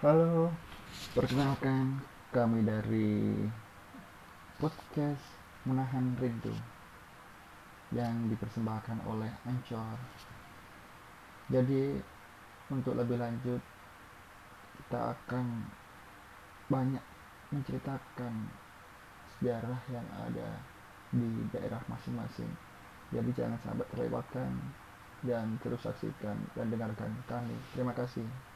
Halo, perkenalkan kami dari podcast Menahan Rindu yang dipersembahkan oleh Anchor. Jadi untuk lebih lanjut kita akan banyak menceritakan sejarah yang ada di daerah masing-masing. Jadi jangan sampai terlewatkan dan terus saksikan dan dengarkan kami. Terima kasih.